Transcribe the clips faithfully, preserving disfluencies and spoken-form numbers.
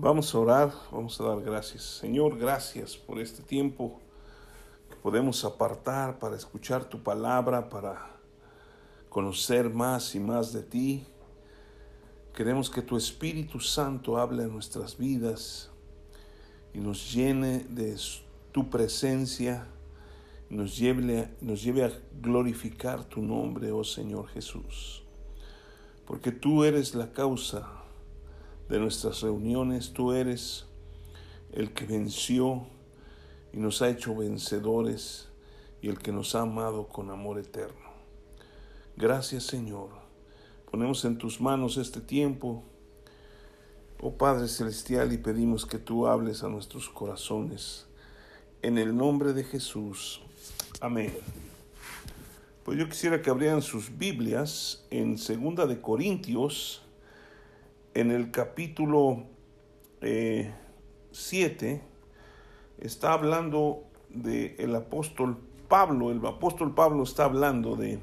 Vamos a orar, vamos a dar gracias. Señor, gracias por este tiempo que podemos apartar para escuchar tu palabra, para conocer más y más de ti. Queremos que tu Espíritu Santo hable en nuestras vidas y nos llene de tu presencia, y nos lleve, nos lleve a glorificar tu nombre, oh Señor Jesús. Porque tú eres la causa de nuestras reuniones, tú eres el que venció y nos ha hecho vencedores y el que nos ha amado con amor eterno. Gracias, Señor. Ponemos en tus manos este tiempo, oh Padre Celestial, y pedimos que tú hables a nuestros corazones. En el nombre de Jesús. Amén. Pues yo quisiera que abrieran sus Biblias en Segunda de Corintios, en el capítulo eh, siete, está hablando del apóstol Pablo. El apóstol Pablo está hablando de,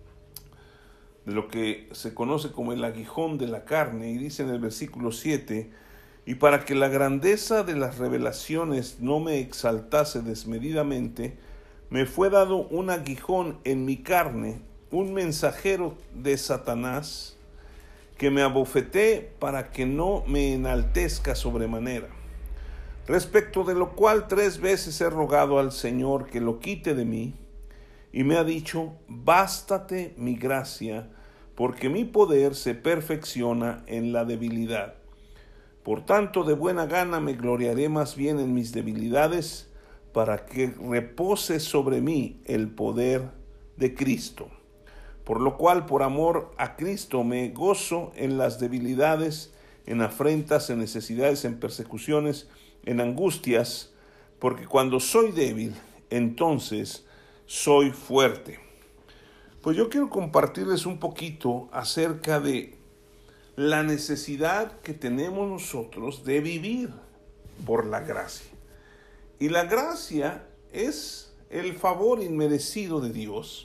de lo que se conoce como el aguijón de la carne, y dice en el versículo siete: y para que la grandeza de las revelaciones no me exaltase desmedidamente, me fue dado un aguijón en mi carne, un mensajero de Satanás, que me abofeté para que no me enaltezca sobremanera. Respecto de lo cual tres veces he rogado al Señor que lo quite de mí, y me ha dicho: bástate mi gracia, porque mi poder se perfecciona en la debilidad. Por tanto, de buena gana me gloriaré más bien en mis debilidades, para que repose sobre mí el poder de Cristo. Por lo cual, por amor a Cristo, me gozo en las debilidades, en afrentas, en necesidades, en persecuciones, en angustias, porque cuando soy débil, entonces soy fuerte. Pues yo quiero compartirles un poquito acerca de la necesidad que tenemos nosotros de vivir por la gracia. Y la gracia es el favor inmerecido de Dios.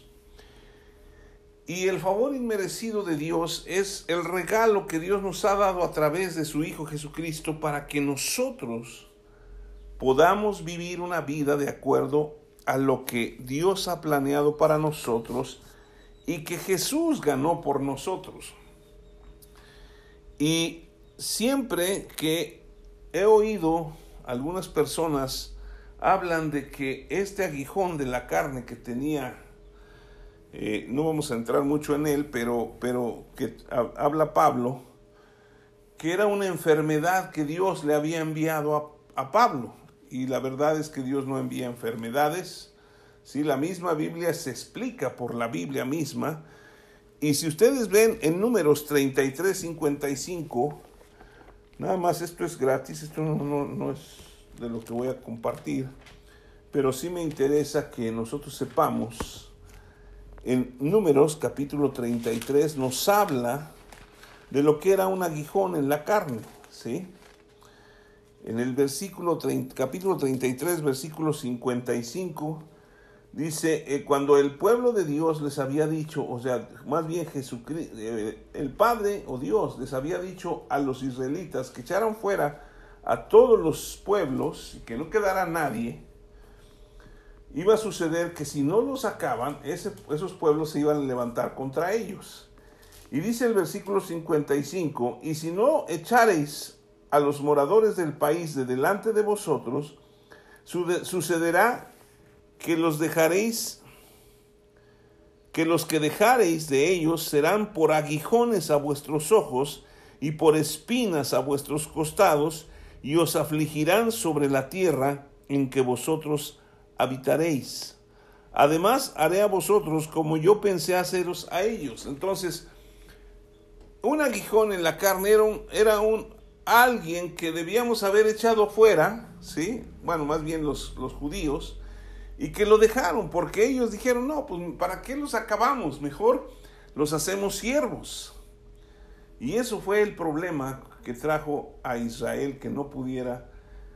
Y el favor inmerecido de Dios es el regalo que Dios nos ha dado a través de su Hijo Jesucristo para que nosotros podamos vivir una vida de acuerdo a lo que Dios ha planeado para nosotros y que Jesús ganó por nosotros. Y siempre que he oído algunas personas hablan de que este aguijón de la carne que tenía, eh, no vamos a entrar mucho en él, pero, pero que ha, habla Pablo, que era una enfermedad que Dios le había enviado a, a Pablo. Y la verdad es que Dios no envía enfermedades. ¿Sí? La misma Biblia se explica por la Biblia misma. Y si ustedes ven en Números treinta y tres, cincuenta y cinco, nada más esto es gratis, esto no, no, no es de lo que voy a compartir, pero sí me interesa que nosotros sepamos. En Números capítulo treinta y tres nos habla de lo que era un aguijón en la carne, ¿sí? En el versículo treinta, capítulo treinta y tres, versículo cincuenta y cinco, dice, eh, cuando el pueblo de Dios les había dicho, o sea, más bien Jesucristo, eh, el Padre o Dios les había dicho a los israelitas que echaran fuera a todos los pueblos y que no quedara nadie, iba a suceder que si no los sacaban, ese, esos pueblos se iban a levantar contra ellos. Y dice el versículo cincuenta y cinco, y si no echareis a los moradores del país de delante de vosotros, sucederá que los dejaréis, que los que dejareis de ellos serán por aguijones a vuestros ojos y por espinas a vuestros costados, y os afligirán sobre la tierra en que vosotros habitaréis. Además, haré a vosotros como yo pensé haceros a ellos. Entonces, un aguijón en la carne era un, era un alguien que debíamos haber echado fuera, ¿sí? Bueno, más bien los, los judíos, y que lo dejaron, porque ellos dijeron, no, pues ¿para qué los acabamos? Mejor los hacemos siervos. Y eso fue el problema que trajo a Israel, que no pudiera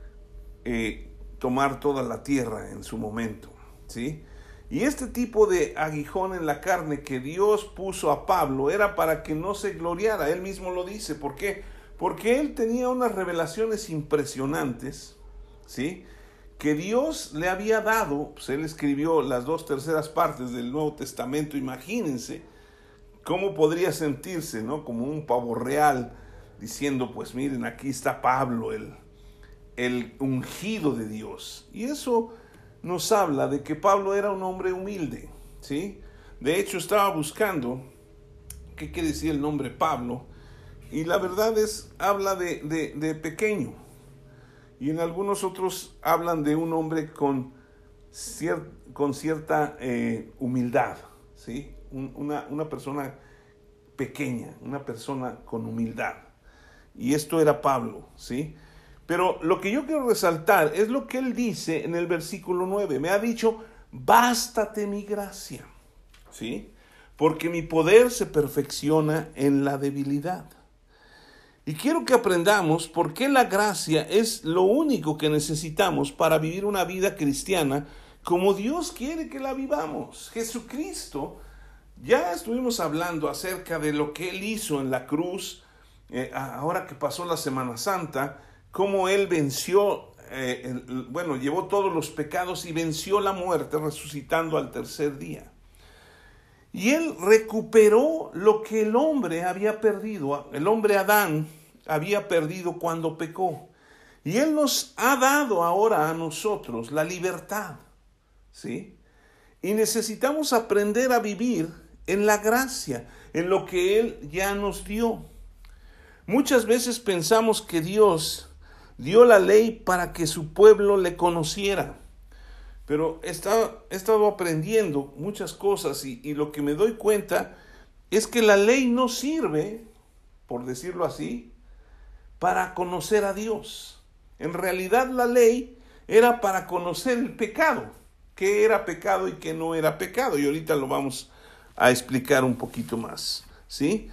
eh, tomar toda la tierra en su momento, ¿sí? Y este tipo de aguijón en la carne que Dios puso a Pablo era para que no se gloriara. Él mismo lo dice. ¿Por qué? porque él tenía unas revelaciones impresionantes, ¿sí?, que Dios le había dado. Pues él escribió las dos terceras partes del Nuevo Testamento. Imagínense cómo podría sentirse, ¿no?, como un pavo real, diciendo, pues miren, aquí está Pablo, el, el ungido de Dios. Y eso nos habla de que Pablo era un hombre humilde, ¿sí? De hecho, estaba buscando qué quiere decir el nombre Pablo, y la verdad es, habla de, de, de pequeño. Y en algunos otros hablan de un hombre con, cier, con cierta eh, humildad, ¿sí? Un, una, una persona pequeña, una persona con humildad. Y esto era Pablo, ¿sí? Pero lo que yo quiero resaltar es lo que él dice en el versículo nueve. Me ha dicho, bástate mi gracia, ¿sí? Porque mi poder se perfecciona en la debilidad. Y quiero que aprendamos por qué la gracia es lo único que necesitamos para vivir una vida cristiana como Dios quiere que la vivamos. Jesucristo, ya estuvimos hablando acerca de lo que Él hizo en la cruz, eh, ahora que pasó la Semana Santa, cómo Él venció, eh, el, bueno, llevó todos los pecados y venció la muerte, resucitando al tercer día. Y Él recuperó lo que el hombre había perdido, el hombre Adán había perdido cuando pecó. Y Él nos ha dado ahora a nosotros la libertad, ¿sí? Y necesitamos aprender a vivir en la gracia, en lo que Él ya nos dio. Muchas veces pensamos que Dios dio la ley para que su pueblo le conociera. Pero he estado, he estado aprendiendo muchas cosas y, y lo que me doy cuenta es que la ley no sirve, por decirlo así, para conocer a Dios. En realidad la ley era para conocer el pecado, qué era pecado y qué no era pecado. Y ahorita lo vamos a explicar un poquito más, ¿sí?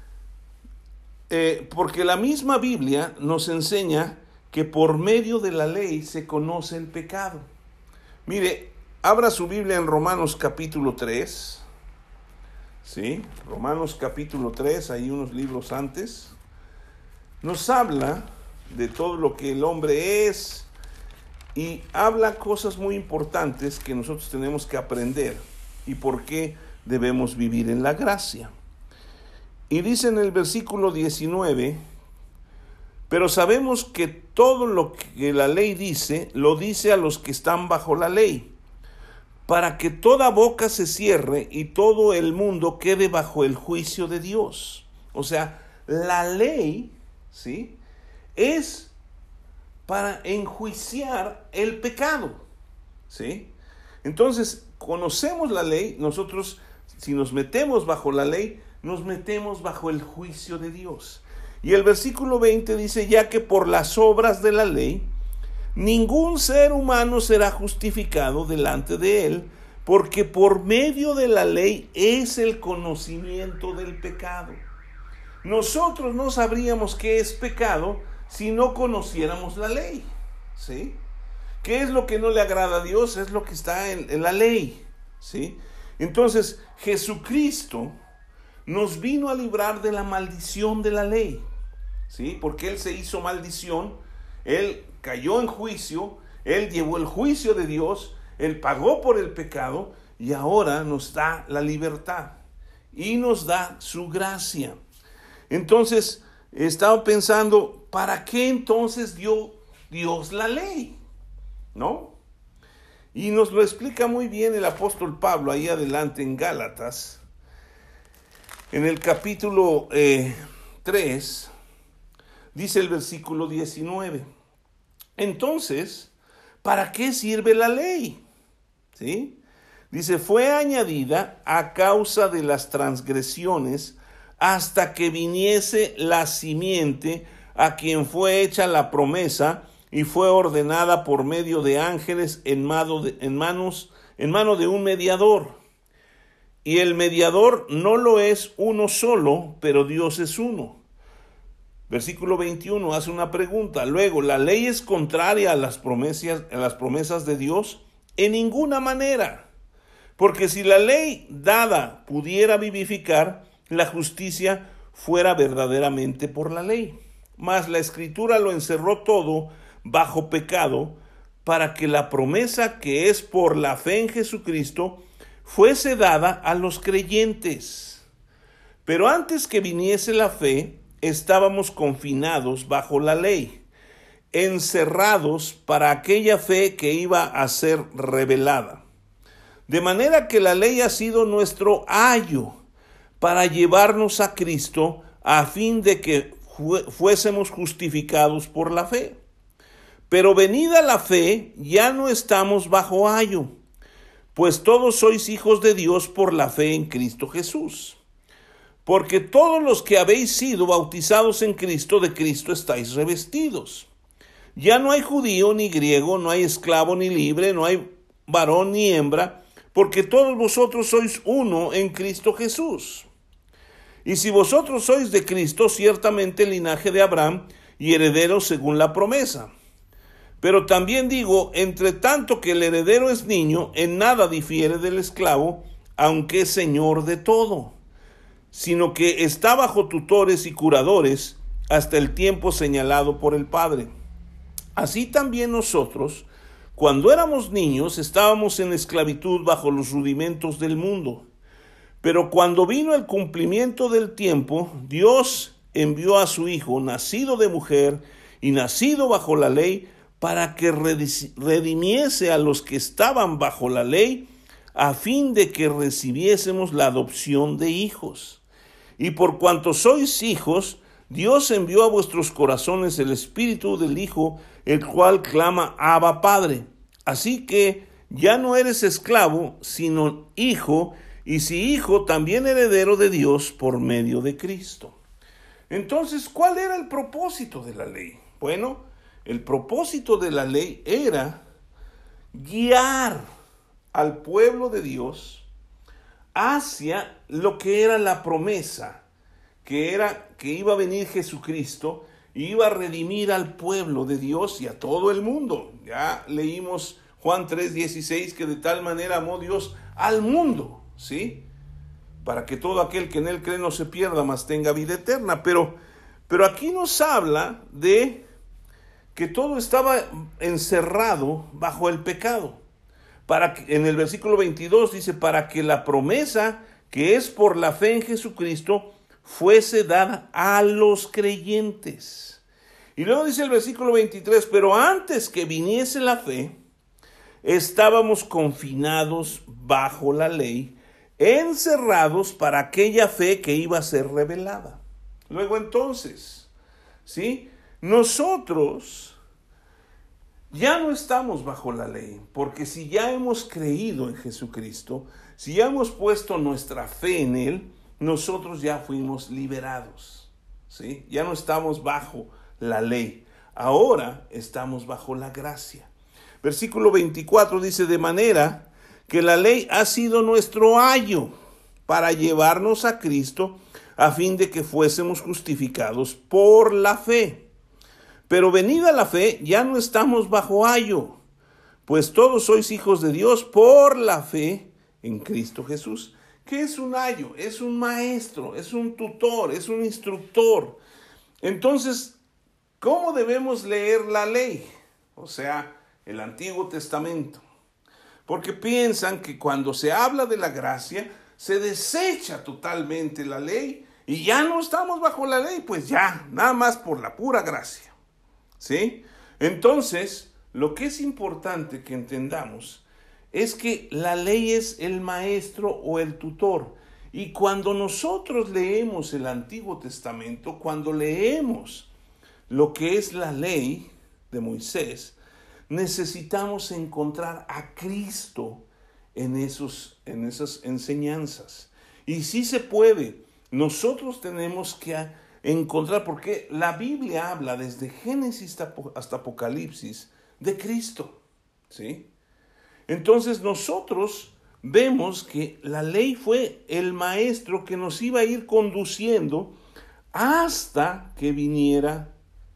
Eh, porque la misma Biblia nos enseña que por medio de la ley se conoce el pecado. Mire, abra su Biblia en Romanos capítulo tres, ¿sí? Romanos capítulo tres, ahí unos libros antes. Nos habla de todo lo que el hombre es y habla cosas muy importantes que nosotros tenemos que aprender y por qué debemos vivir en la gracia. Y dice en el versículo diecinueve, pero sabemos que todo lo que la ley dice, lo dice a los que están bajo la ley, para que toda boca se cierre y todo el mundo quede bajo el juicio de Dios. O sea, la ley, ¿sí?, es para enjuiciar el pecado, ¿sí? Entonces, conocemos la ley, nosotros, si nos metemos bajo la ley, nos metemos bajo el juicio de Dios. Y el versículo veinte dice, ya que por las obras de la ley, ningún ser humano será justificado delante de él, porque por medio de la ley es el conocimiento del pecado. Nosotros no sabríamos qué es pecado si no conociéramos la ley, ¿sí? ¿Qué es lo que no le agrada a Dios? Es lo que está en, en la ley, ¿sí? Entonces, Jesucristo nos vino a librar de la maldición de la ley, ¿sí? Porque Él se hizo maldición, Él cayó en juicio, Él llevó el juicio de Dios, Él pagó por el pecado y ahora nos da la libertad y nos da su gracia. Entonces, estaba pensando, ¿para qué entonces dio Dios la ley? ¿No? Y nos lo explica muy bien el apóstol Pablo ahí adelante en Gálatas, en el capítulo eh, tres, dice el versículo diecinueve. Entonces, ¿para qué sirve la ley? ¿Sí? Dice, fue añadida a causa de las transgresiones hasta que viniese la simiente a quien fue hecha la promesa y fue ordenada por medio de ángeles en, mano de, en, manos, en mano de un mediador. Y el mediador no lo es uno solo, pero Dios es uno. Versículo veintiuno hace una pregunta. Luego, ¿la ley es contraria a las promesas, a las promesas de Dios? En ninguna manera. Porque si la ley dada pudiera vivificar, la justicia fuera verdaderamente por la ley. mas la Escritura lo encerró todo bajo pecado, para que la promesa que es por la fe en Jesucristo fuese dada a los creyentes. Pero antes que viniese la fe, estábamos confinados bajo la ley, encerrados para aquella fe que iba a ser revelada. De manera que la ley ha sido nuestro ayo para llevarnos a Cristo, a fin de que fuésemos justificados por la fe. Pero venida la fe, ya no estamos bajo ayo, pues todos sois hijos de Dios por la fe en Cristo Jesús. Porque todos los que habéis sido bautizados en Cristo, de Cristo estáis revestidos. Ya no hay judío ni griego, no hay esclavo ni libre, no hay varón ni hembra, porque todos vosotros sois uno en Cristo Jesús. Y si vosotros sois de Cristo, ciertamente linaje de Abraham y herederos según la promesa. Pero también digo, entre tanto que el heredero es niño, en nada difiere del esclavo, aunque es señor de todo, sino que está bajo tutores y curadores hasta el tiempo señalado por el Padre. Así también nosotros, cuando éramos niños, estábamos en esclavitud bajo los rudimentos del mundo. Pero cuando vino el cumplimiento del tiempo, Dios envió a su Hijo, nacido de mujer y nacido bajo la ley, para que redimiese a los que estaban bajo la ley, a fin de que recibiésemos la adopción de hijos. Y por cuanto sois hijos, Dios envió a vuestros corazones el Espíritu del Hijo, el cual clama, Abba, Padre. Así que ya no eres esclavo, sino hijo, y si hijo, también heredero de Dios por medio de Cristo. Entonces, ¿cuál era el propósito de la ley? Bueno, el propósito de la ley era guiar al pueblo de Dios hacia lo que era la promesa, que era que iba a venir Jesucristo y iba a redimir al pueblo de Dios y a todo el mundo. Ya leímos Juan tres dieciséis, que de tal manera amó Dios al mundo, ¿sí? Para que todo aquel que en él cree no se pierda, mas tenga vida eterna. Pero, pero aquí nos habla de que todo estaba encerrado bajo el pecado. Para que, en el versículo veintidós dice, para que la promesa que es por la fe en Jesucristo fuese dada a los creyentes. Y luego dice el versículo veintitrés, pero antes que viniese la fe, estábamos confinados bajo la ley, encerrados para aquella fe que iba a ser revelada. Luego entonces, ¿sí? Nosotros ya no estamos bajo la ley, porque si ya hemos creído en Jesucristo, si ya hemos puesto nuestra fe en Él, nosotros ya fuimos liberados, ¿sí? Ya no estamos bajo la ley, ahora estamos bajo la gracia. Versículo veinticuatro dice, de manera que la ley ha sido nuestro ayo para llevarnos a Cristo, a fin de que fuésemos justificados por la fe. Pero venida la fe, ya no estamos bajo ayo, pues todos sois hijos de Dios por la fe en Cristo Jesús. ¿Qué es un ayo? Es un maestro, es un tutor, es un instructor. Entonces, ¿cómo debemos leer la ley? O sea, el Antiguo Testamento. Porque piensan que cuando se habla de la gracia, se desecha totalmente la ley y ya no estamos bajo la ley, pues ya, nada más por la pura gracia. ¿Sí? Entonces, lo que es importante que entendamos es que la ley es el maestro o el tutor. Y cuando nosotros leemos el Antiguo Testamento, cuando leemos lo que es la ley de Moisés, necesitamos encontrar a Cristo en, esos, en esas enseñanzas. Y sí se puede. Nosotros tenemos que encontrar, porque la Biblia habla desde Génesis hasta Apocalipsis de Cristo, ¿sí? Entonces nosotros vemos que la ley fue el maestro que nos iba a ir conduciendo hasta que viniera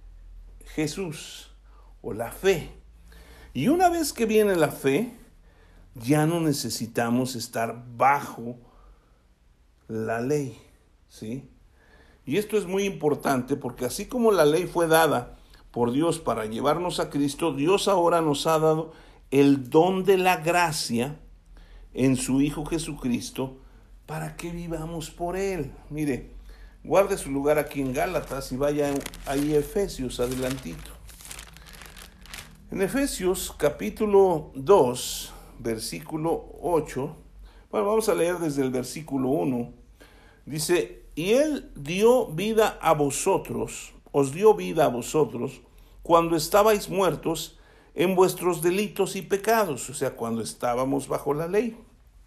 Jesús o la fe. Y una vez que viene la fe, ya no necesitamos estar bajo la ley, ¿sí? Y esto es muy importante porque así como la ley fue dada por Dios para llevarnos a Cristo, Dios ahora nos ha dado el don de la gracia en su Hijo Jesucristo para que vivamos por Él. Mire, guarde su lugar aquí en Gálatas y vaya ahí a Efesios, adelantito. En Efesios capítulo dos, versículo ocho, bueno, vamos a leer desde el versículo uno. Dice, y Él dio vida a vosotros, os dio vida a vosotros, cuando estabais muertos en vuestros delitos y pecados, o sea, cuando estábamos bajo la ley,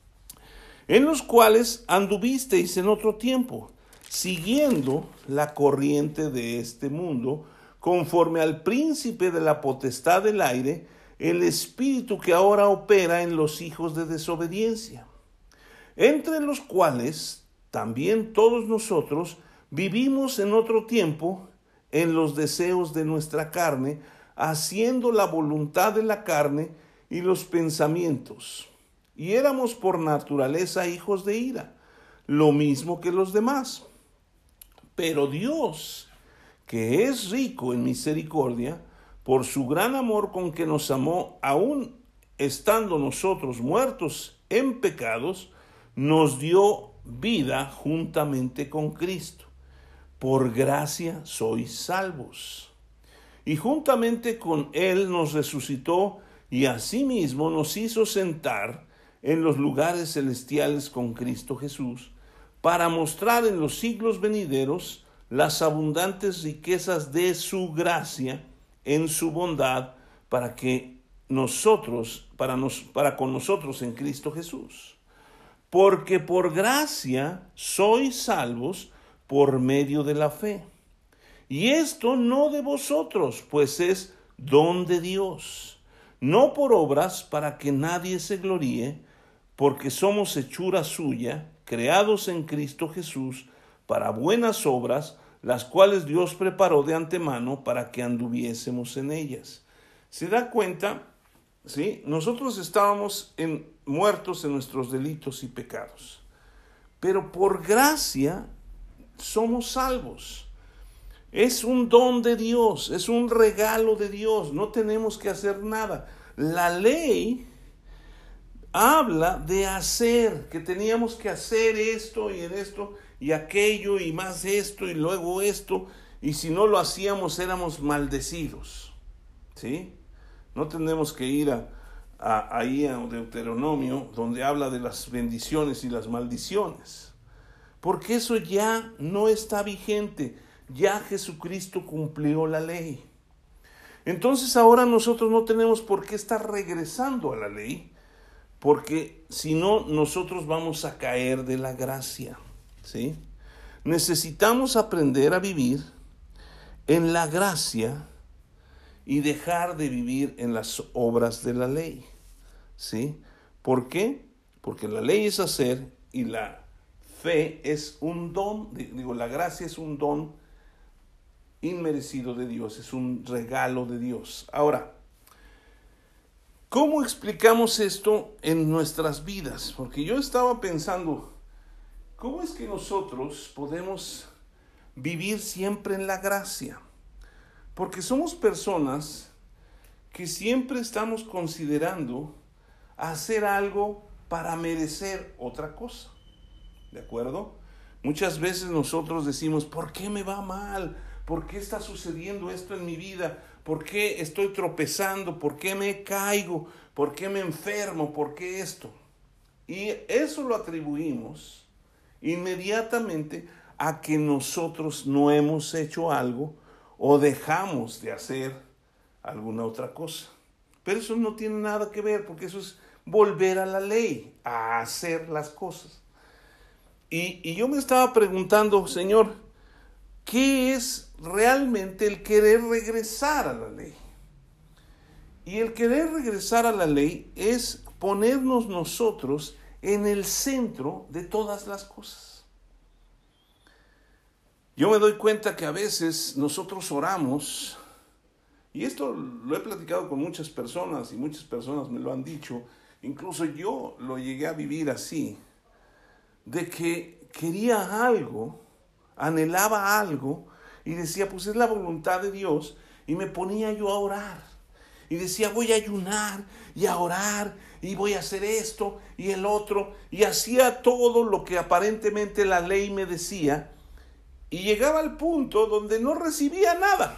en los cuales anduvisteis en otro tiempo, siguiendo la corriente de este mundo, conforme al príncipe de la potestad del aire, el espíritu que ahora opera en los hijos de desobediencia, entre los cuales también todos nosotros vivimos en otro tiempo en los deseos de nuestra carne, haciendo la voluntad de la carne y los pensamientos. Y éramos por naturaleza hijos de ira, lo mismo que los demás. Pero Dios, que es rico en misericordia, por su gran amor con que nos amó, aun estando nosotros muertos en pecados, nos dio vida juntamente con Cristo. Por gracia sois salvos. Y juntamente con Él nos resucitó y asimismo nos hizo sentar en los lugares celestiales con Cristo Jesús, para mostrar en los siglos venideros las abundantes riquezas de su gracia en su bondad para que nosotros, para, nos, para con nosotros en Cristo Jesús. Porque por gracia sois salvos por medio de la fe. Y esto no de vosotros, pues es don de Dios, no por obras para que nadie se gloríe, porque somos hechura suya, creados en Cristo Jesús, para buenas obras, las cuales Dios preparó de antemano para que anduviésemos en ellas. ¿Se da cuenta? ¿Sí? Nosotros estábamos en, muertos en nuestros delitos y pecados, pero por gracia somos salvos. Es un don de Dios, es un regalo de Dios, no tenemos que hacer nada. La ley habla de hacer, que teníamos que hacer esto y en esto y aquello y más esto y luego esto, y si no lo hacíamos éramos maldecidos, ¿sí? No tenemos que ir a, a, ahí a Deuteronomio, donde habla de las bendiciones y las maldiciones, porque eso ya no está vigente, ya Jesucristo cumplió la ley. Entonces ahora nosotros no tenemos por qué estar regresando a la ley, porque si no, nosotros vamos a caer de la gracia, ¿sí? Necesitamos aprender a vivir en la gracia y dejar de vivir en las obras de la ley, ¿sí? ¿Por qué? Porque la ley es hacer y la fe es un don, digo, la gracia es un don inmerecido de Dios, es un regalo de Dios. Ahora, ¿cómo explicamos esto en nuestras vidas? Porque yo estaba pensando, ¿cómo es que nosotros podemos vivir siempre en la gracia? Porque somos personas que siempre estamos considerando hacer algo para merecer otra cosa, ¿de acuerdo? Muchas veces nosotros decimos, ¿por qué me va mal? ¿Por qué está sucediendo esto en mi vida? ¿Por qué estoy tropezando? ¿Por qué me caigo? ¿Por qué me enfermo? ¿Por qué esto? Y eso lo atribuimos inmediatamente a que nosotros no hemos hecho algo o dejamos de hacer alguna otra cosa. Pero eso no tiene nada que ver, porque eso es volver a la ley, a hacer las cosas. Y, y yo me estaba preguntando, Señor, ¿qué es realmente el querer regresar a la ley? Y el querer regresar a la ley es ponernos nosotros en el centro de todas las cosas. Yo me doy cuenta que a veces nosotros oramos, y esto lo he platicado con muchas personas y muchas personas me lo han dicho, incluso yo lo llegué a vivir así, de que quería algo, anhelaba algo y decía, pues es la voluntad de Dios, y me ponía yo a orar. Y decía, voy a ayunar y a orar y voy a hacer esto y el otro. Y hacía todo lo que aparentemente la ley me decía. Y llegaba al punto donde no recibía nada.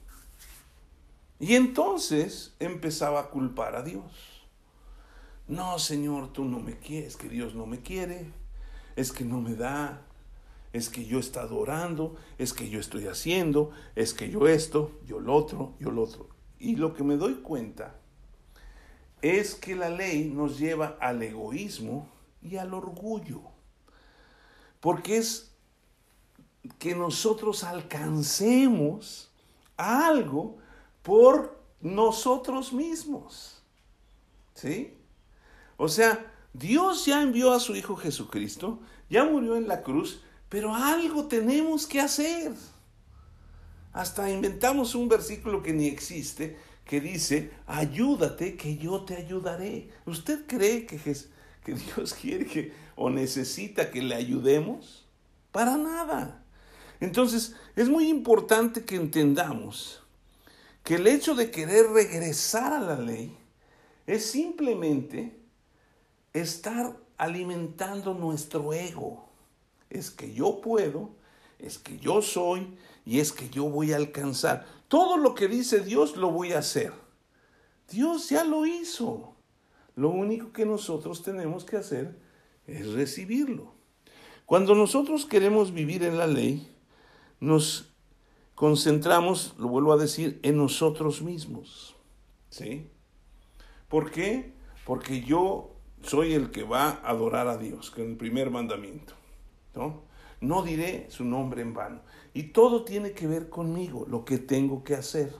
Y entonces empezaba a culpar a Dios. No, Señor, tú no me quieres, que Dios no me quiere. Es que no me da. Es que yo he estado orando. Es que yo estoy haciendo. Es que yo esto, yo lo otro, yo lo otro. Y lo que me doy cuenta es que la ley nos lleva al egoísmo y al orgullo. Porque es que nosotros alcancemos algo por nosotros mismos. ¿Sí? O sea, Dios ya envió a su Hijo Jesucristo, ya murió en la cruz, pero algo tenemos que hacer. Hasta inventamos un versículo que ni existe, que dice, ayúdate que yo te ayudaré. ¿Usted cree que, que Dios quiere que, o necesita que le ayudemos? Para nada. Entonces, es muy importante que entendamos que el hecho de querer regresar a la ley es simplemente estar alimentando nuestro ego. Es que yo puedo, es que yo soy, y es que yo voy a alcanzar. Todo lo que dice Dios lo voy a hacer. Dios ya lo hizo. Lo único que nosotros tenemos que hacer es recibirlo. Cuando nosotros queremos vivir en la ley, nos concentramos, lo vuelvo a decir, en nosotros mismos. ¿Sí? ¿Por qué? Porque yo soy el que va a adorar a Dios, que es el primer mandamiento, ¿no? No diré su nombre en vano. Y todo tiene que ver conmigo, lo que tengo que hacer.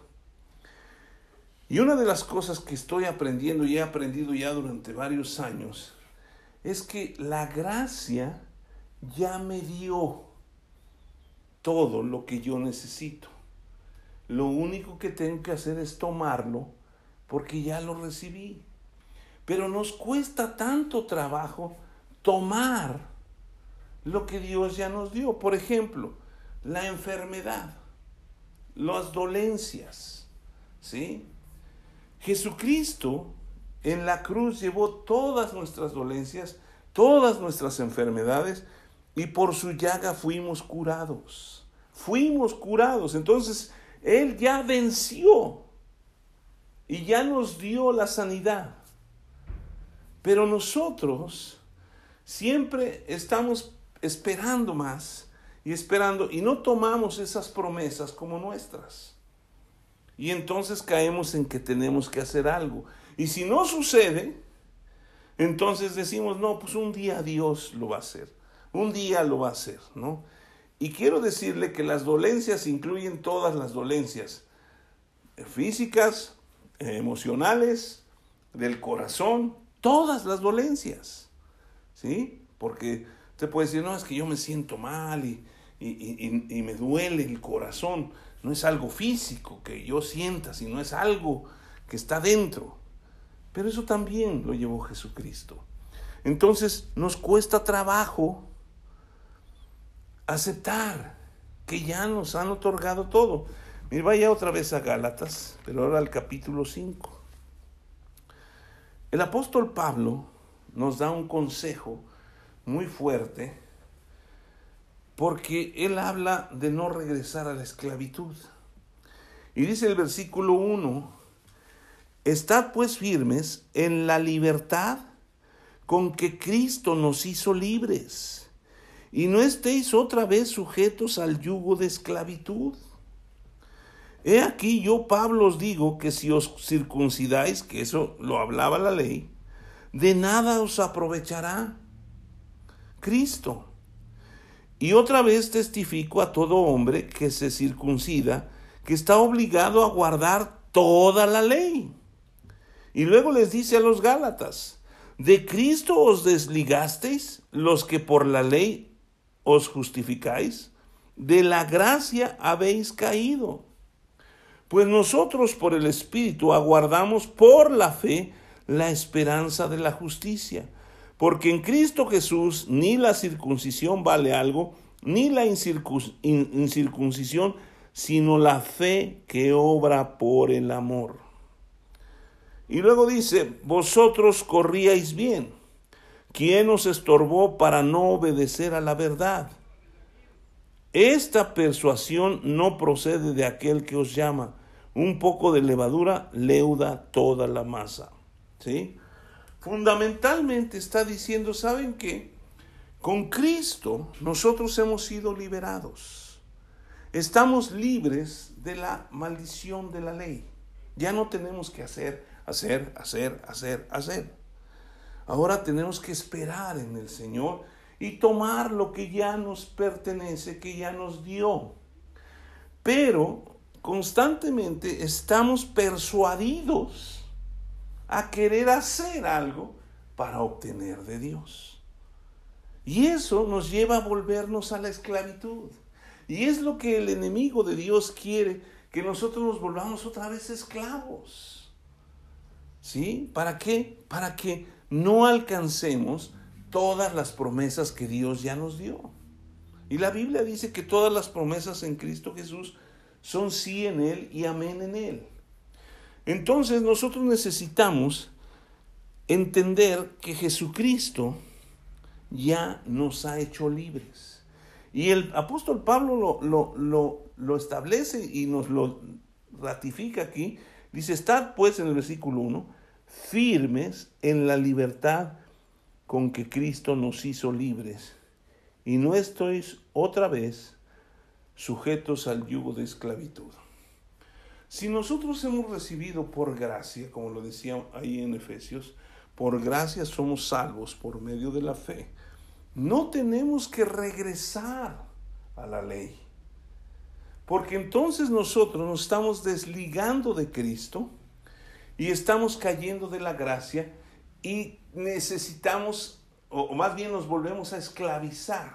Y una de las cosas que estoy aprendiendo y he aprendido ya durante varios años es que la gracia ya me dio todo lo que yo necesito. Lo único que tengo que hacer es tomarlo porque ya lo recibí. Pero nos cuesta tanto trabajo tomar lo que Dios ya nos dio. Por ejemplo, la enfermedad, las dolencias, ¿sí? Jesucristo en la cruz llevó todas nuestras dolencias, todas nuestras enfermedades, y por su llaga fuimos curados. Fuimos curados. Entonces, Él ya venció y ya nos dio la sanidad. Pero nosotros siempre estamos esperando más y esperando y no tomamos esas promesas como nuestras. Y entonces caemos en que tenemos que hacer algo. Y si no sucede, entonces decimos, no, pues un día Dios lo va a hacer. Un día lo va a hacer, ¿no? Y quiero decirle que las dolencias incluyen todas las dolencias físicas, emocionales, del corazón, todas las dolencias, ¿sí? Porque usted puede decir, no, es que yo me siento mal y, y, y, y me duele el corazón. No es algo físico que yo sienta, sino es algo que está dentro. Pero eso también lo llevó Jesucristo. Entonces nos cuesta trabajo aceptar que ya nos han otorgado todo. Mira, vaya otra vez a Gálatas, pero ahora al capítulo cinco. El apóstol Pablo nos da un consejo muy fuerte porque él habla de no regresar a la esclavitud. Y dice el versículo uno, estad pues firmes en la libertad con que Cristo nos hizo libres, y no estéis otra vez sujetos al yugo de esclavitud. He aquí yo, Pablo, os digo que si os circuncidáis, que eso lo hablaba la ley, de nada os aprovechará Cristo. Y otra vez testifico a todo hombre que se circuncida, que está obligado a guardar toda la ley. Y luego les dice a los Gálatas, ¿de Cristo os desligasteis los que por la ley os justificáis? De la gracia habéis caído. Pues nosotros por el Espíritu aguardamos por la fe la esperanza de la justicia. Porque en Cristo Jesús ni la circuncisión vale algo, ni la incircun- in- incircuncisión, sino la fe que obra por el amor. Y luego dice, vosotros corríais bien. ¿Quién os estorbó para no obedecer a la verdad? Esta persuasión no procede de aquel que os llama. Un poco de levadura leuda toda la masa. ¿Sí? Fundamentalmente está diciendo, ¿saben qué? Con Cristo nosotros hemos sido liberados. Estamos libres de la maldición de la ley. Ya no tenemos que hacer, hacer, hacer, hacer, hacer. Ahora tenemos que esperar en el Señor y tomar lo que ya nos pertenece, que ya nos dio. Pero constantemente estamos persuadidos a querer hacer algo para obtener de Dios. Y eso nos lleva a volvernos a la esclavitud. Y es lo que el enemigo de Dios quiere, que nosotros nos volvamos otra vez esclavos. ¿Sí? ¿Para qué? Para que no alcancemos todas las promesas que Dios ya nos dio. Y la Biblia dice que todas las promesas en Cristo Jesús son sí en Él y amén en Él. Entonces nosotros necesitamos entender que Jesucristo ya nos ha hecho libres. Y el apóstol Pablo lo, lo, lo, lo establece y nos lo ratifica aquí. Dice, estad pues en el versículo uno, firmes en la libertad con que Cristo nos hizo libres, y no estéis otra vez sujetos al yugo de esclavitud. Si nosotros hemos recibido por gracia, como lo decía ahí en Efesios, por gracia somos salvos por medio de la fe, no tenemos que regresar a la ley, porque entonces nosotros nos estamos desligando de Cristo y estamos cayendo de la gracia y necesitamos, o más bien nos volvemos a esclavizar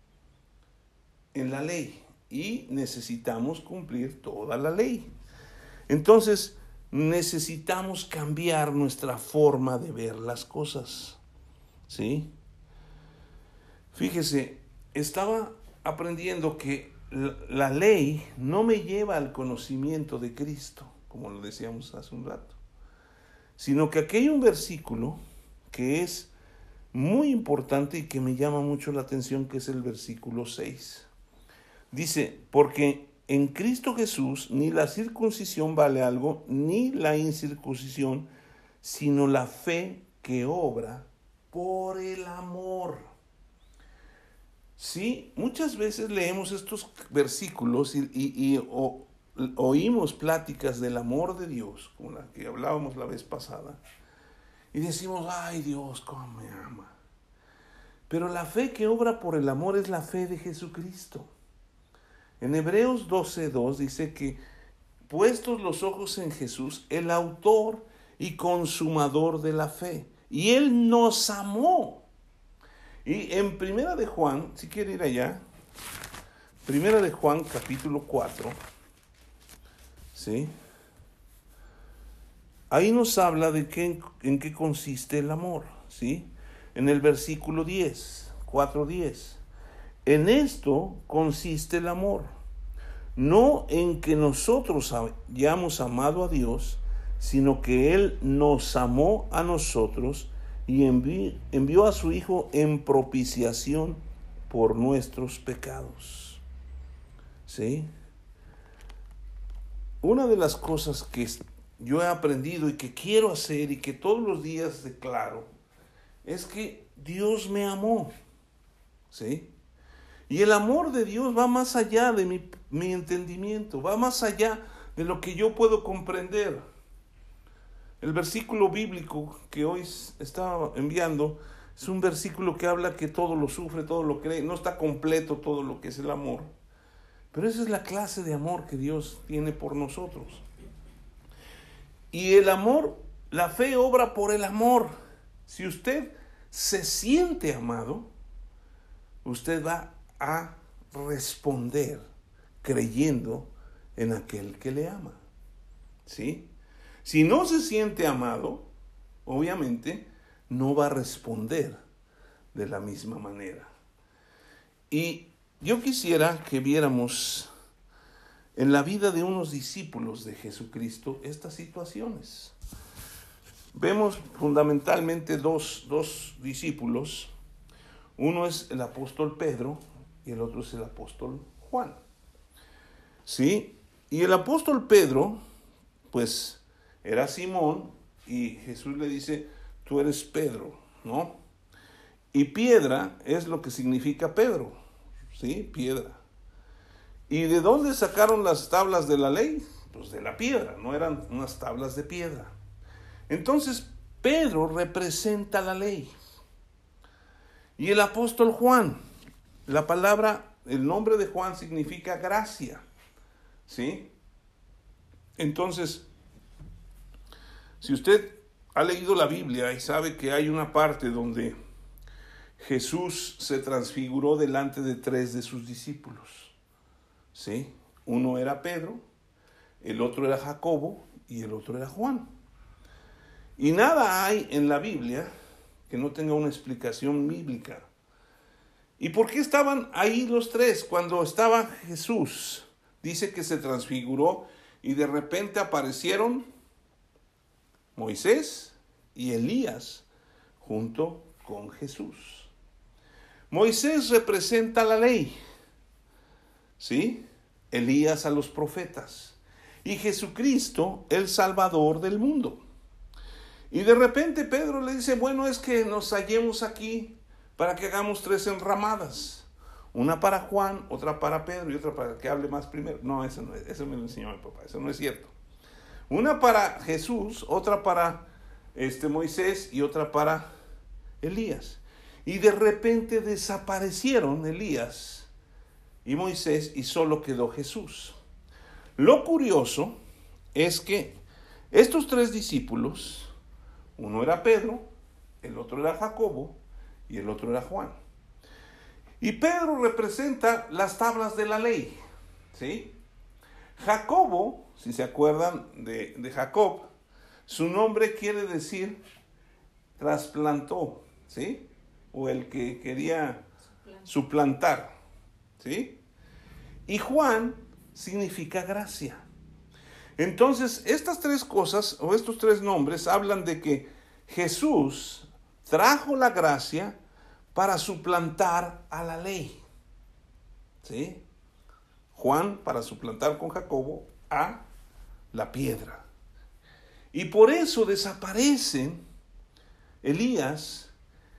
en la ley y necesitamos cumplir toda la ley. Entonces necesitamos cambiar nuestra forma de ver las cosas, ¿sí? Fíjese, estaba aprendiendo que la ley no me lleva al conocimiento de Cristo, como lo decíamos hace un rato, sino que aquí hay un versículo que es muy importante y que me llama mucho la atención, que es el versículo seis. Dice, porque en Cristo Jesús ni la circuncisión vale algo, ni la incircuncisión, sino la fe que obra por el amor. Sí, muchas veces leemos estos versículos y, y, y o, oímos pláticas del amor de Dios, como la que hablábamos la vez pasada, y decimos, ay Dios, cómo me ama. Pero la fe que obra por el amor es la fe de Jesucristo. En Hebreos doce dos dice que, puestos los ojos en Jesús, el autor y consumador de la fe, y Él nos amó. Y en Primera de Juan, si quiere ir allá, Primera de Juan capítulo cuatro, ¿sí? Ahí nos habla de qué, en qué consiste el amor, ¿sí? En el versículo diez, cuatro diez. En esto consiste el amor, no en que nosotros hayamos amado a Dios, sino que Él nos amó a nosotros y envi- envió a su Hijo en propiciación por nuestros pecados. ¿Sí? Una de las cosas que yo he aprendido y que quiero hacer y que todos los días declaro es que Dios me amó. ¿Sí? Y el amor de Dios va más allá de mi, mi entendimiento, va más allá de lo que yo puedo comprender. El versículo bíblico que hoy estaba enviando es un versículo que habla que todo lo sufre, todo lo cree. No está completo todo lo que es el amor, pero esa es la clase de amor que Dios tiene por nosotros. Y el amor, la fe obra por el amor. Si usted se siente amado, usted va a responder creyendo en aquel que le ama. ¿Sí? Si no se siente amado, obviamente no va a responder de la misma manera. Y yo quisiera que viéramos en la vida de unos discípulos de Jesucristo estas situaciones. Vemos fundamentalmente dos, dos discípulos. Uno es el apóstol Pedro y el otro es el apóstol Juan. ¿Sí? Y el apóstol Pedro, pues, era Simón y Jesús le dice, tú eres Pedro, ¿no? Y piedra es lo que significa Pedro, ¿sí? Piedra. ¿Y de dónde sacaron las tablas de la ley? Pues de la piedra, no eran unas tablas de piedra. Entonces, Pedro representa la ley. Y el apóstol Juan, la palabra, el nombre de Juan significa gracia, ¿sí? Entonces, si usted ha leído la Biblia y sabe que hay una parte donde Jesús se transfiguró delante de tres de sus discípulos, ¿sí? Uno era Pedro, el otro era Jacobo y el otro era Juan. Y nada hay en la Biblia que no tenga una explicación bíblica. ¿Y por qué estaban ahí los tres cuando estaba Jesús? Dice que se transfiguró y de repente aparecieron Moisés y Elías junto con Jesús. Moisés representa la ley, ¿sí? Elías a los profetas y Jesucristo el Salvador del mundo. Y de repente Pedro le dice, bueno, es que nos hallemos aquí para que hagamos tres enramadas. Una para Juan, otra para Pedro y otra para el que hable más primero. No, eso no es, eso me lo enseñó mi papá, eso no es cierto. Una para Jesús, otra para este, Moisés y otra para Elías. Y de repente desaparecieron Elías y Moisés y solo quedó Jesús. Lo curioso es que estos tres discípulos, uno era Pedro, el otro era Jacobo y el otro era Juan. Y Pedro representa las tablas de la ley, ¿sí? Jacobo, si se acuerdan de, de Jacob, su nombre quiere decir trasplantó, ¿sí? O el que quería suplantar, ¿sí? Y Juan significa gracia. Entonces, estas tres cosas, o estos tres nombres, hablan de que Jesús trajo la gracia para suplantar a la ley, ¿sí? Juan para suplantar con Jacobo a la piedra. Y por eso desaparecen Elías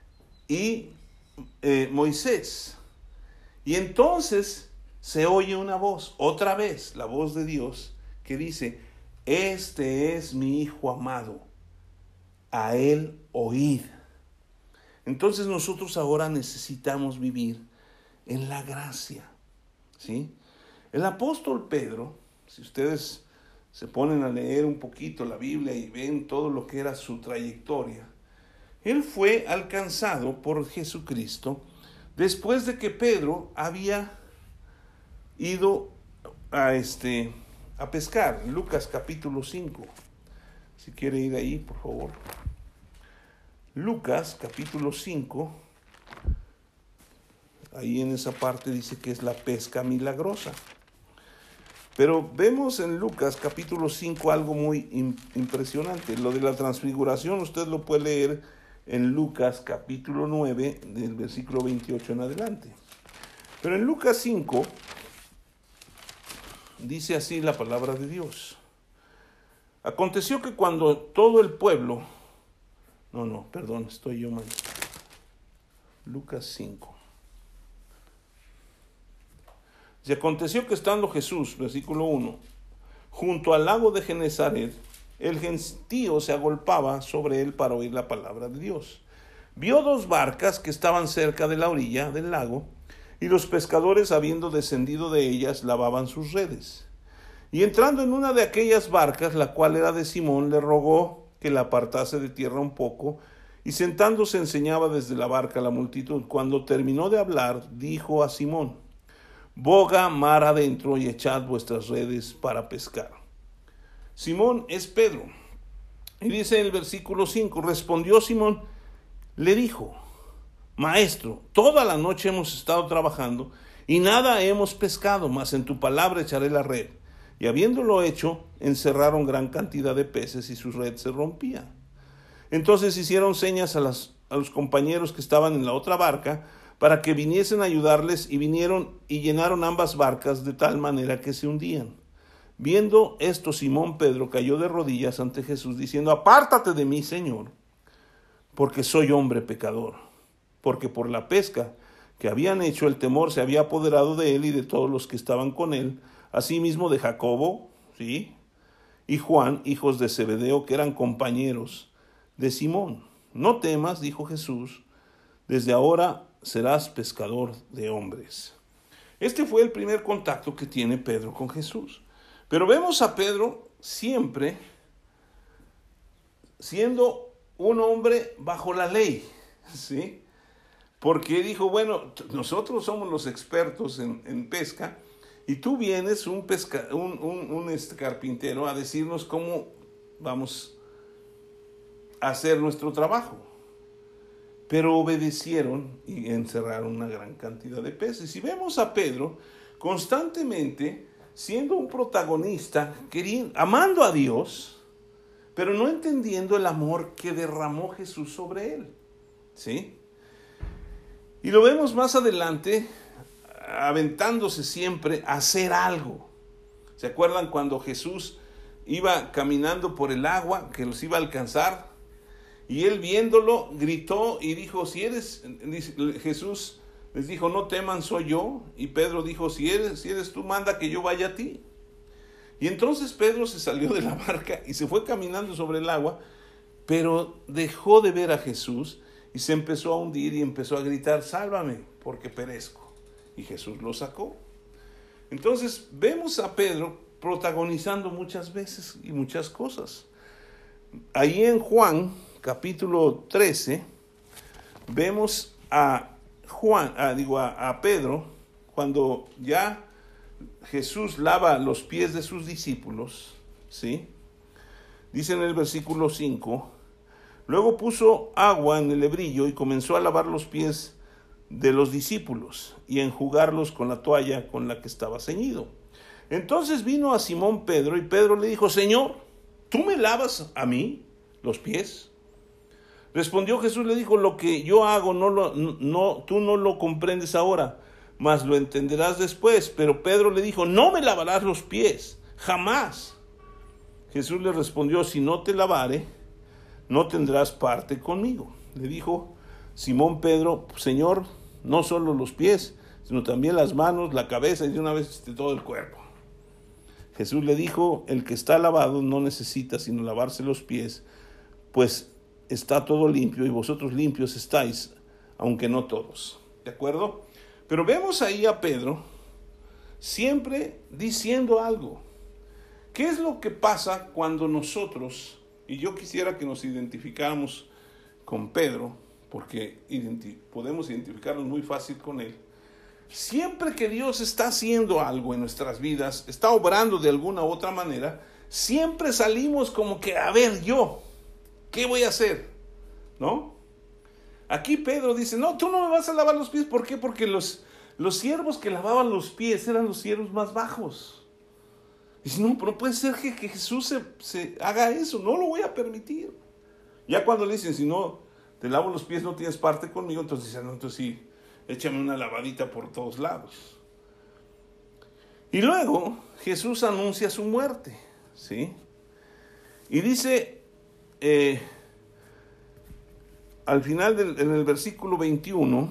y eh, Moisés. Y entonces se oye una voz, otra vez la voz de Dios, que dice, este es mi Hijo amado, a él oíd. Entonces nosotros ahora necesitamos vivir en la gracia, ¿sí? El apóstol Pedro, si ustedes se ponen a leer un poquito la Biblia y ven todo lo que era su trayectoria, él fue alcanzado por Jesucristo después de que Pedro había ido a este... a pescar, Lucas capítulo cinco. Si quiere ir ahí, por favor. Lucas capítulo cinco. Ahí en esa parte dice que es la pesca milagrosa. Pero vemos en Lucas capítulo cinco algo muy impresionante. Lo de la transfiguración usted lo puede leer en Lucas capítulo nueve, del versículo veintiocho en adelante. Pero en Lucas cinco... dice así la palabra de Dios. Aconteció que cuando todo el pueblo... No, no, perdón, estoy yo mal. Lucas cinco. Y aconteció que estando Jesús, versículo uno, junto al lago de Genezaret, el gentío se agolpaba sobre él para oír la palabra de Dios. Vio dos barcas que estaban cerca de la orilla del lago, y los pescadores, habiendo descendido de ellas, lavaban sus redes. Y entrando en una de aquellas barcas, la cual era de Simón, le rogó que la apartase de tierra un poco, y sentándose enseñaba desde la barca a la multitud. Cuando terminó de hablar, dijo a Simón, boga mar adentro y echad vuestras redes para pescar. Simón es Pedro. Y dice en el versículo cinco, respondió Simón, le dijo, maestro, toda la noche hemos estado trabajando y nada hemos pescado, mas en tu palabra echaré la red. Y habiéndolo hecho, encerraron gran cantidad de peces y su red se rompía. Entonces hicieron señas a, las, a los compañeros que estaban en la otra barca para que viniesen a ayudarles, y vinieron y llenaron ambas barcas de tal manera que se hundían. Viendo esto, Simón Pedro cayó de rodillas ante Jesús, diciendo: apártate de mí, Señor, porque soy hombre pecador. Porque por la pesca que habían hecho, el temor se había apoderado de él y de todos los que estaban con él, asimismo de Jacobo, ¿sí?, y Juan, hijos de Zebedeo, que eran compañeros de Simón. No temas, dijo Jesús, desde ahora serás pescador de hombres. Este fue el primer contacto que tiene Pedro con Jesús. Pero vemos a Pedro siempre siendo un hombre bajo la ley, ¿sí? Porque dijo, bueno, nosotros somos los expertos en, en pesca, y tú vienes, un, pesca, un, un, un este carpintero, a decirnos cómo vamos a hacer nuestro trabajo. Pero obedecieron y encerraron una gran cantidad de peces. Y vemos a Pedro constantemente siendo un protagonista, queriendo, amando a Dios, pero no entendiendo el amor que derramó Jesús sobre él, ¿sí? Y lo vemos más adelante, aventándose siempre a hacer algo. ¿Se acuerdan cuando Jesús iba caminando por el agua, que los iba a alcanzar? Y él, viéndolo, gritó y dijo, si eres, Jesús les dijo, no teman, soy yo. Y Pedro dijo, si eres, si eres tú, manda que yo vaya a ti. Y entonces Pedro se salió de la barca y se fue caminando sobre el agua, pero dejó de ver a Jesús y se empezó a hundir y empezó a gritar, sálvame, porque perezco. Y Jesús lo sacó. Entonces vemos a Pedro protagonizando muchas veces y muchas cosas. Ahí en Juan, capítulo trece, vemos a Juan, ah, digo, a, a Pedro, cuando ya Jesús lava los pies de sus discípulos, ¿sí? Dice en el versículo cinco, luego puso agua en el lebrillo y comenzó a lavar los pies de los discípulos y a enjugarlos con la toalla con la que estaba ceñido. Entonces vino a Simón Pedro y Pedro le dijo, Señor, ¿tú me lavas a mí los pies? Respondió Jesús, le dijo, lo que yo hago no lo, no, tú no lo comprendes ahora, mas lo entenderás después. Pero Pedro le dijo, no me lavarás los pies, jamás. Jesús le respondió, si no te lavare, no tendrás parte conmigo. Le dijo Simón Pedro, Señor, no solo los pies, sino también las manos, la cabeza y de una vez todo el cuerpo. Jesús le dijo, el que está lavado no necesita sino lavarse los pies, pues está todo limpio y vosotros limpios estáis, aunque no todos. ¿De acuerdo? Pero vemos ahí a Pedro siempre diciendo algo. ¿Qué es lo que pasa cuando nosotros, y yo quisiera que nos identificáramos con Pedro, porque identi- podemos identificarnos muy fácil con él? Siempre que Dios está haciendo algo en nuestras vidas, está obrando de alguna u otra manera, siempre salimos como que, a ver, yo, ¿qué voy a hacer? ¿No? Aquí Pedro dice, no, tú no me vas a lavar los pies. ¿Por qué? Porque los, los siervos que lavaban los pies eran los siervos más bajos. Dice, no, pero no puede ser que, que Jesús se, se haga eso, no lo voy a permitir. Ya cuando le dicen, si no te lavo los pies no tienes parte conmigo, entonces dicen, no, entonces sí, échame una lavadita por todos lados. Y luego Jesús anuncia su muerte, ¿sí? Y dice, eh, al final del en el versículo veintiuno,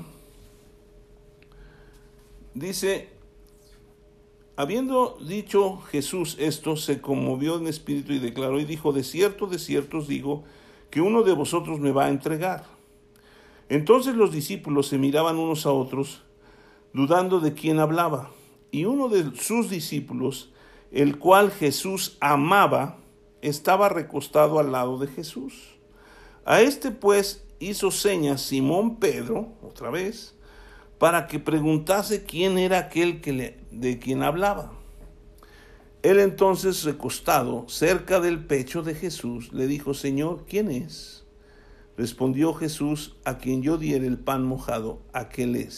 dice, habiendo dicho Jesús esto, se conmovió en espíritu y declaró y dijo, de cierto, de cierto os digo, que uno de vosotros me va a entregar. Entonces los discípulos se miraban unos a otros, dudando de quién hablaba. Y uno de sus discípulos, el cual Jesús amaba, estaba recostado al lado de Jesús. A este pues hizo señas Simón Pedro, otra vez, para que preguntase quién era aquel que le, de quien hablaba. Él entonces, recostado cerca del pecho de Jesús, le dijo, Señor, ¿quién es? Respondió Jesús, a quien yo diere el pan mojado, aquel es.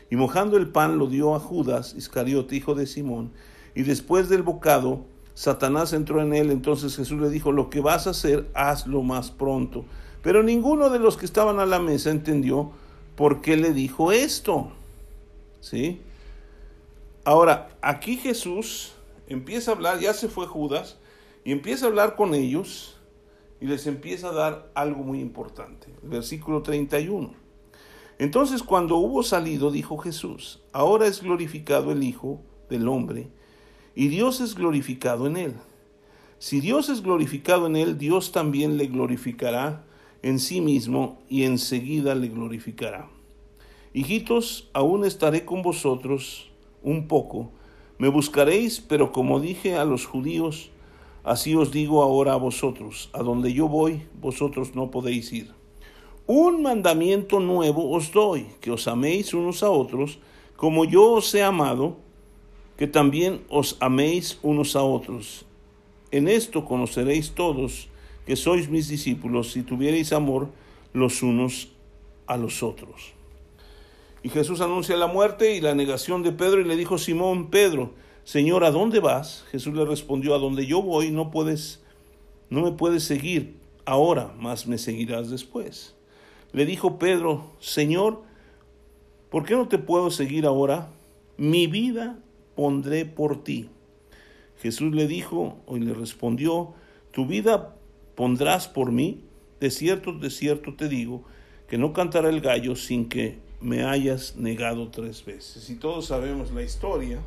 Y mojando el pan lo dio a Judas Iscariote, hijo de Simón. Y después del bocado, Satanás entró en él. Entonces Jesús le dijo: lo que vas a hacer, hazlo más pronto. Pero ninguno de los que estaban a la mesa entendió por qué le dijo esto. ¿Sí? Ahora, aquí Jesús empieza a hablar, ya se fue Judas, y empieza a hablar con ellos, y les empieza a dar algo muy importante. Versículo treinta y uno. Entonces, cuando hubo salido, dijo Jesús: ahora es glorificado el Hijo del Hombre, y Dios es glorificado en él. Si Dios es glorificado en él, Dios también le glorificará en sí mismo, y enseguida le glorificará. Hijitos, aún estaré con vosotros un poco. Me buscaréis, pero como dije a los judíos, así os digo ahora a vosotros: a donde yo voy, vosotros no podéis ir. Un mandamiento nuevo os doy, que os améis unos a otros, como yo os he amado, que también os améis unos a otros. En esto conoceréis todos que sois mis discípulos, si tuviereis amor los unos a los otros. Y Jesús anuncia la muerte y la negación de Pedro, y le dijo: Simón Pedro, Señor, ¿a dónde vas? Jesús le respondió: a donde yo voy no puedes, no me puedes seguir ahora, mas me seguirás después. Le dijo Pedro: Señor, ¿por qué no te puedo seguir ahora? Mi vida pondré por ti. Jesús le dijo, o le respondió: ¿tu vida pondrás por mí? De cierto, de cierto te digo, que no cantará el gallo sin que me hayas negado tres veces. Y todos sabemos la historia.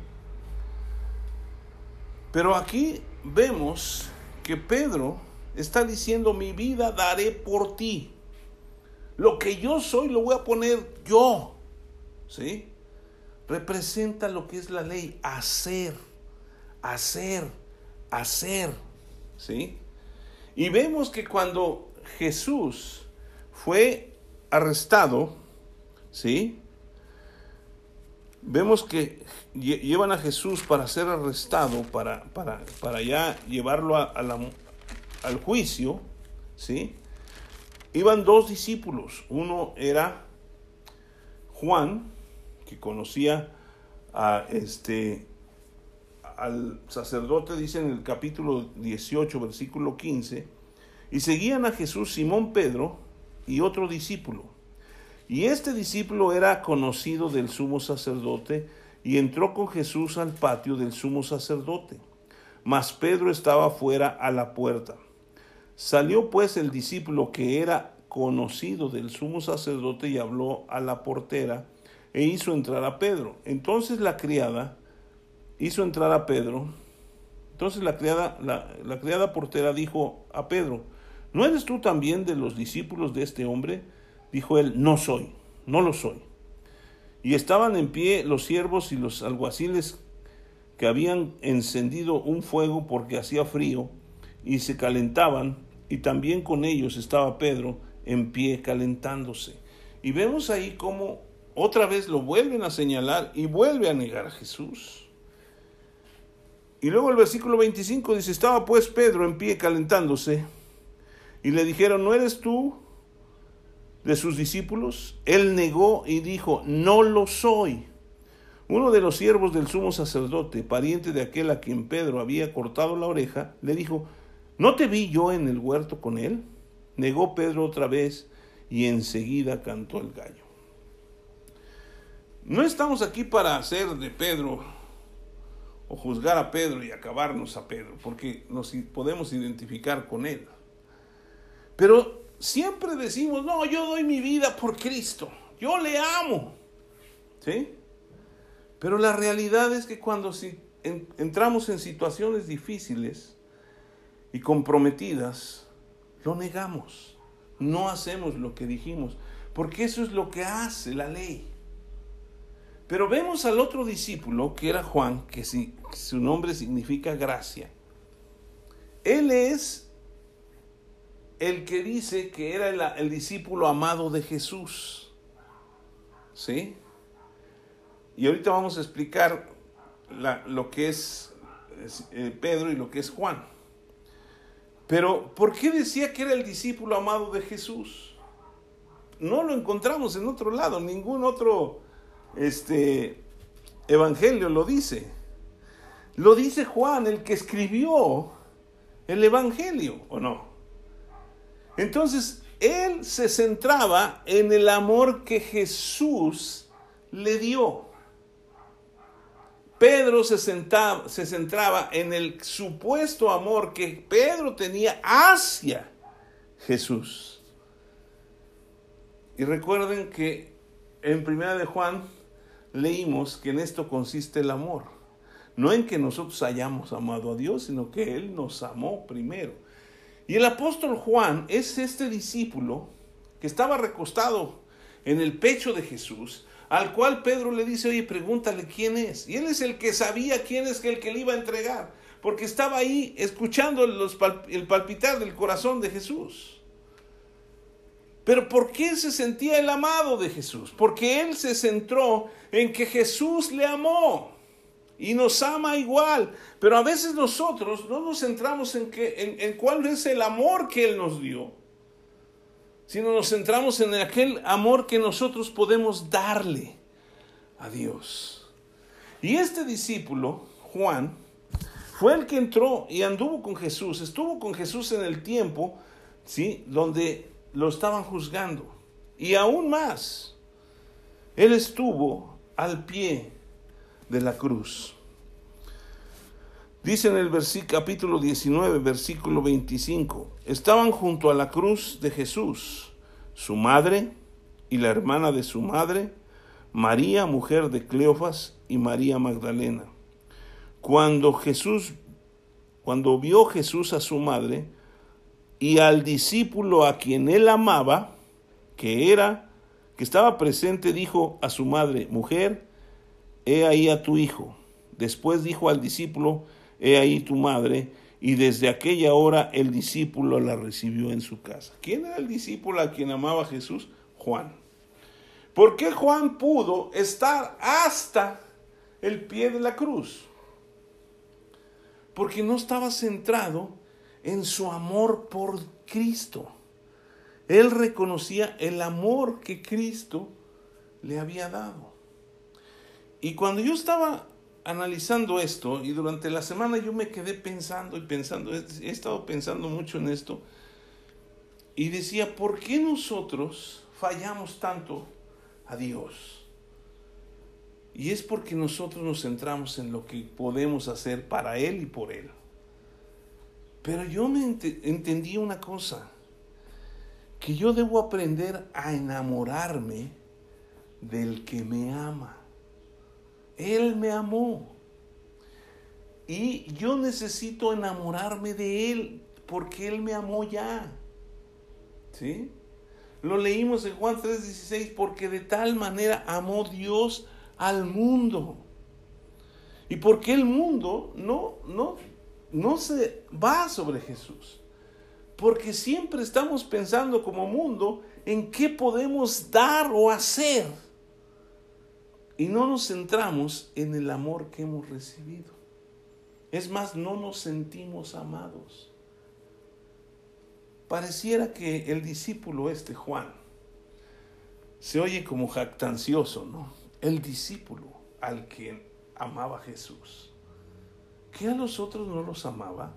Pero aquí vemos que Pedro está diciendo: mi vida daré por ti. Lo que yo soy lo voy a poner yo. ¿Sí? Representa lo que es la ley: hacer, hacer, hacer. ¿Sí? Y vemos que cuando Jesús fue arrestado, ¿sí? Vemos que llevan a Jesús para ser arrestado, para, para, para ya llevarlo a, a la, al juicio, ¿sí? Iban dos discípulos. Uno era Juan, que conocía a este, al sacerdote, dice en el capítulo dieciocho, versículo quince, y seguían a Jesús Simón Pedro y otro discípulo. Y este discípulo era conocido del sumo sacerdote, y entró con Jesús al patio del sumo sacerdote. Mas Pedro estaba fuera a la puerta. Salió pues el discípulo que era conocido del sumo sacerdote y habló a la portera e hizo entrar a Pedro. Entonces la criada hizo entrar a Pedro. Entonces la criada, la, la criada portera dijo a Pedro: ¿no eres tú también de los discípulos de este hombre? Dijo él: no soy, no lo soy. Y estaban en pie los siervos y los alguaciles, que habían encendido un fuego porque hacía frío, y se calentaban, y también con ellos estaba Pedro en pie calentándose. Y vemos ahí cómo otra vez lo vuelven a señalar y vuelve a negar a Jesús. Y luego el versículo veinticinco dice: estaba pues Pedro en pie calentándose, y le dijeron: ¿no eres tú de sus discípulos? Él negó y dijo: no lo soy. Uno de los siervos del sumo sacerdote, pariente de aquel a quien Pedro había cortado la oreja, le dijo: ¿no te vi yo en el huerto con él? Negó Pedro otra vez, y enseguida cantó el gallo. No estamos aquí para hacer de Pedro o juzgar a Pedro y acabarnos a Pedro, porque nos podemos identificar con él. Pero siempre decimos: no, yo doy mi vida por Cristo, yo le amo, ¿sí? Pero la realidad es que cuando si, en, entramos en situaciones difíciles y comprometidas, lo negamos, no hacemos lo que dijimos, porque eso es lo que hace la ley. Pero vemos al otro discípulo, que era Juan, que si, su nombre significa gracia. Él es el que dice que era el, el discípulo amado de Jesús, ¿sí? Y ahorita vamos a explicar la, lo que es eh, Pedro y lo que es Juan. Pero, ¿por qué decía que era el discípulo amado de Jesús? No lo encontramos en otro lado. Ningún otro este evangelio lo dice. Lo dice Juan, el que escribió el evangelio, ¿o no? Entonces, él se centraba en el amor que Jesús le dio. Pedro se, sentaba, se centraba en el supuesto amor que Pedro tenía hacia Jesús. Y recuerden que en Primera de Juan leímos que en esto consiste el amor. No en que nosotros hayamos amado a Dios, sino que Él nos amó primero. Y el apóstol Juan es este discípulo que estaba recostado en el pecho de Jesús, al cual Pedro le dice, oye, pregúntale quién es. Y él es el que sabía quién es el que le iba a entregar, porque estaba ahí escuchando los palp- el palpitar del corazón de Jesús. Pero ¿por qué se sentía el amado de Jesús? Porque él se centró en que Jesús le amó y nos ama igual. Pero a veces nosotros no nos centramos en, que, en, en cuál es el amor que él nos dio, sino nos centramos en aquel amor que nosotros podemos darle a Dios. Y este discípulo, Juan, fue el que entró y anduvo con Jesús, estuvo con Jesús en el tiempo, ¿sí?, donde lo estaban juzgando. Y aún más, él estuvo al pie de la cruz. Dice en el versículo, capítulo diecinueve, versículo veinticinco, estaban junto a la cruz de Jesús, su madre y la hermana de su madre, María, mujer de Cleofas, y María Magdalena. Cuando Jesús, cuando vio Jesús a su madre y al discípulo a quien él amaba, que era, que estaba presente, dijo a su madre, mujer, he ahí a tu hijo. Después dijo al discípulo, he ahí tu madre, y desde aquella hora el discípulo la recibió en su casa. ¿Quién era el discípulo a quien amaba Jesús? Juan. ¿Por qué Juan pudo estar hasta el pie de la cruz? Porque no estaba centrado en su amor por Cristo. Él reconocía el amor que Cristo le había dado. Y cuando yo estaba analizando esto, y durante la semana yo me quedé pensando y pensando, he estado pensando mucho en esto, y decía, ¿por qué nosotros fallamos tanto a Dios? Y es porque nosotros nos centramos en lo que podemos hacer para Él y por Él. Pero yo me ent- entendí una cosa, que yo debo aprender a enamorarme del que me ama. Él me amó. Y yo necesito enamorarme de Él, porque Él me amó ya. ¿Sí? Lo leímos en Juan tres dieciséis, porque de tal manera amó Dios al mundo. Y porque el mundo no, no, no se va sobre Jesús. Porque siempre estamos pensando como mundo en qué podemos dar o hacer. Y no nos centramos en el amor que hemos recibido. Es más, no nos sentimos amados. Pareciera que el discípulo este, Juan, se oye como jactancioso, ¿no? El discípulo al que amaba Jesús. ¿Que a los otros no los amaba?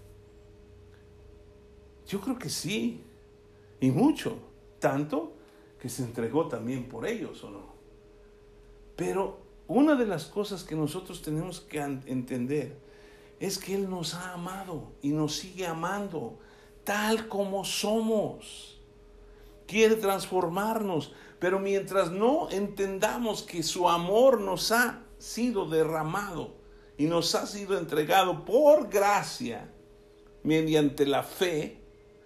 Yo creo que sí, y mucho, tanto que se entregó también por ellos, ¿o no? Pero una de las cosas que nosotros tenemos que entender es que Él nos ha amado y nos sigue amando tal como somos. Quiere transformarnos, pero mientras no entendamos que su amor nos ha sido derramado y nos ha sido entregado por gracia mediante la fe,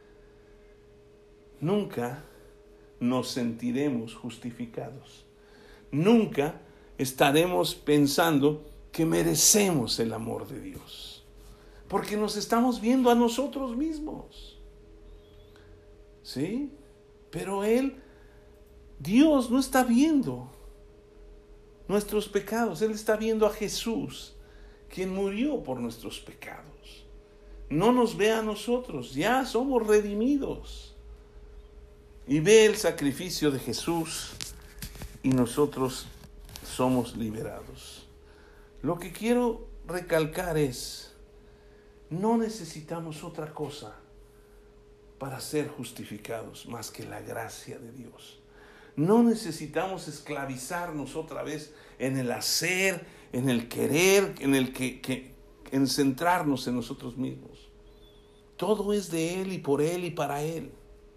nunca nos sentiremos justificados. Nunca estaremos pensando que merecemos el amor de Dios, porque nos estamos viendo a nosotros mismos. ¿Sí? Pero Él, Dios, no está viendo nuestros pecados. Él está viendo a Jesús, quien murió por nuestros pecados. No nos ve a nosotros, ya somos redimidos. Y ve el sacrificio de Jesús y nosotros somos liberados. Lo que quiero recalcar es, no necesitamos otra cosa para ser justificados más que la gracia de Dios. No necesitamos esclavizarnos otra vez en el hacer, en el querer, en el que, que en centrarnos en nosotros mismos. Todo es de Él y por Él y para Él.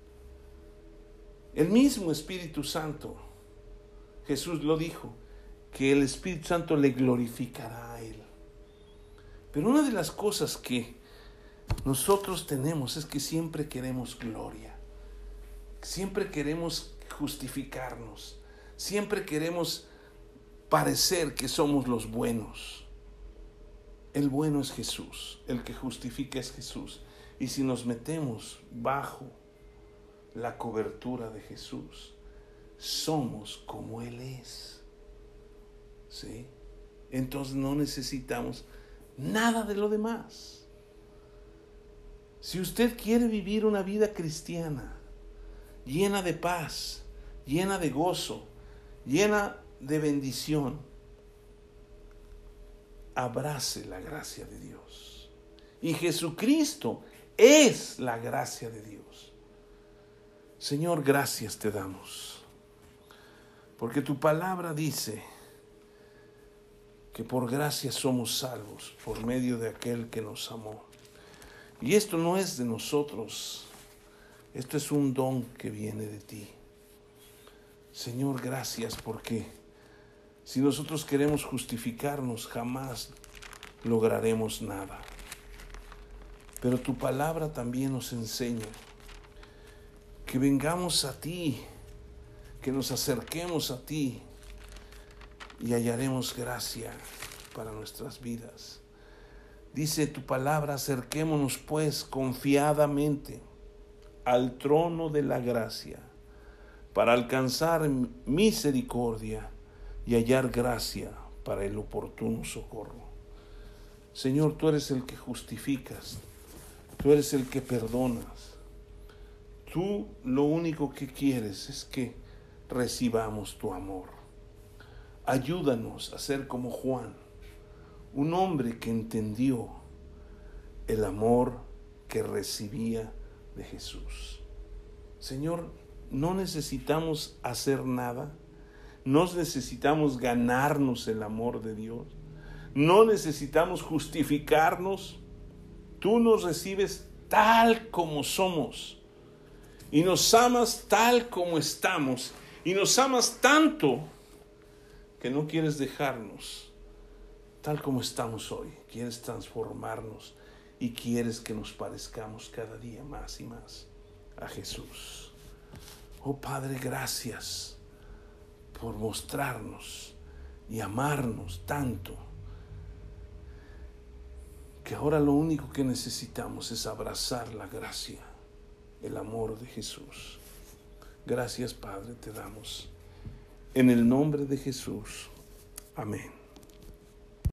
El mismo Espíritu Santo, Jesús lo dijo, que el Espíritu Santo le glorificará a Él. Pero una de las cosas que nosotros tenemos es que siempre queremos gloria, siempre queremos justificarnos, siempre queremos parecer que somos los buenos. El bueno es Jesús, el que justifica es Jesús. Y si nos metemos bajo la cobertura de Jesús, somos como Él es. ¿Sí? Entonces no necesitamos nada de lo demás. Si usted quiere vivir una vida cristiana llena de paz, llena de gozo, llena de bendición, abrace la gracia de Dios. Y Jesucristo es la gracia de Dios. Señor, gracias te damos, porque tu palabra dice que por gracia somos salvos por medio de aquel que nos amó. Y esto no es de nosotros, esto es un don que viene de ti. Señor, gracias, porque si nosotros queremos justificarnos, jamás lograremos nada. Pero tu palabra también nos enseña que vengamos a ti, que nos acerquemos a ti y hallaremos gracia para nuestras vidas. Dice tu palabra, acerquémonos pues confiadamente al trono de la gracia para alcanzar misericordia y hallar gracia para el oportuno socorro. Señor, tú eres el que justificas, tú eres el que perdonas. Tú lo único que quieres es que recibamos tu amor. Ayúdanos a ser como Juan, un hombre que entendió el amor que recibía de Jesús. Señor, no necesitamos hacer nada, no necesitamos ganarnos el amor de Dios, no necesitamos justificarnos. Tú nos recibes tal como somos y nos amas tal como estamos y nos amas tanto que no quieres dejarnos tal como estamos hoy. Quieres transformarnos y quieres que nos parezcamos cada día más y más a Jesús. Oh Padre, gracias por mostrarnos y amarnos tanto, que ahora lo único que necesitamos es abrazar la gracia, el amor de Jesús. Gracias, Padre, te damos. En el nombre de Jesús. Amén.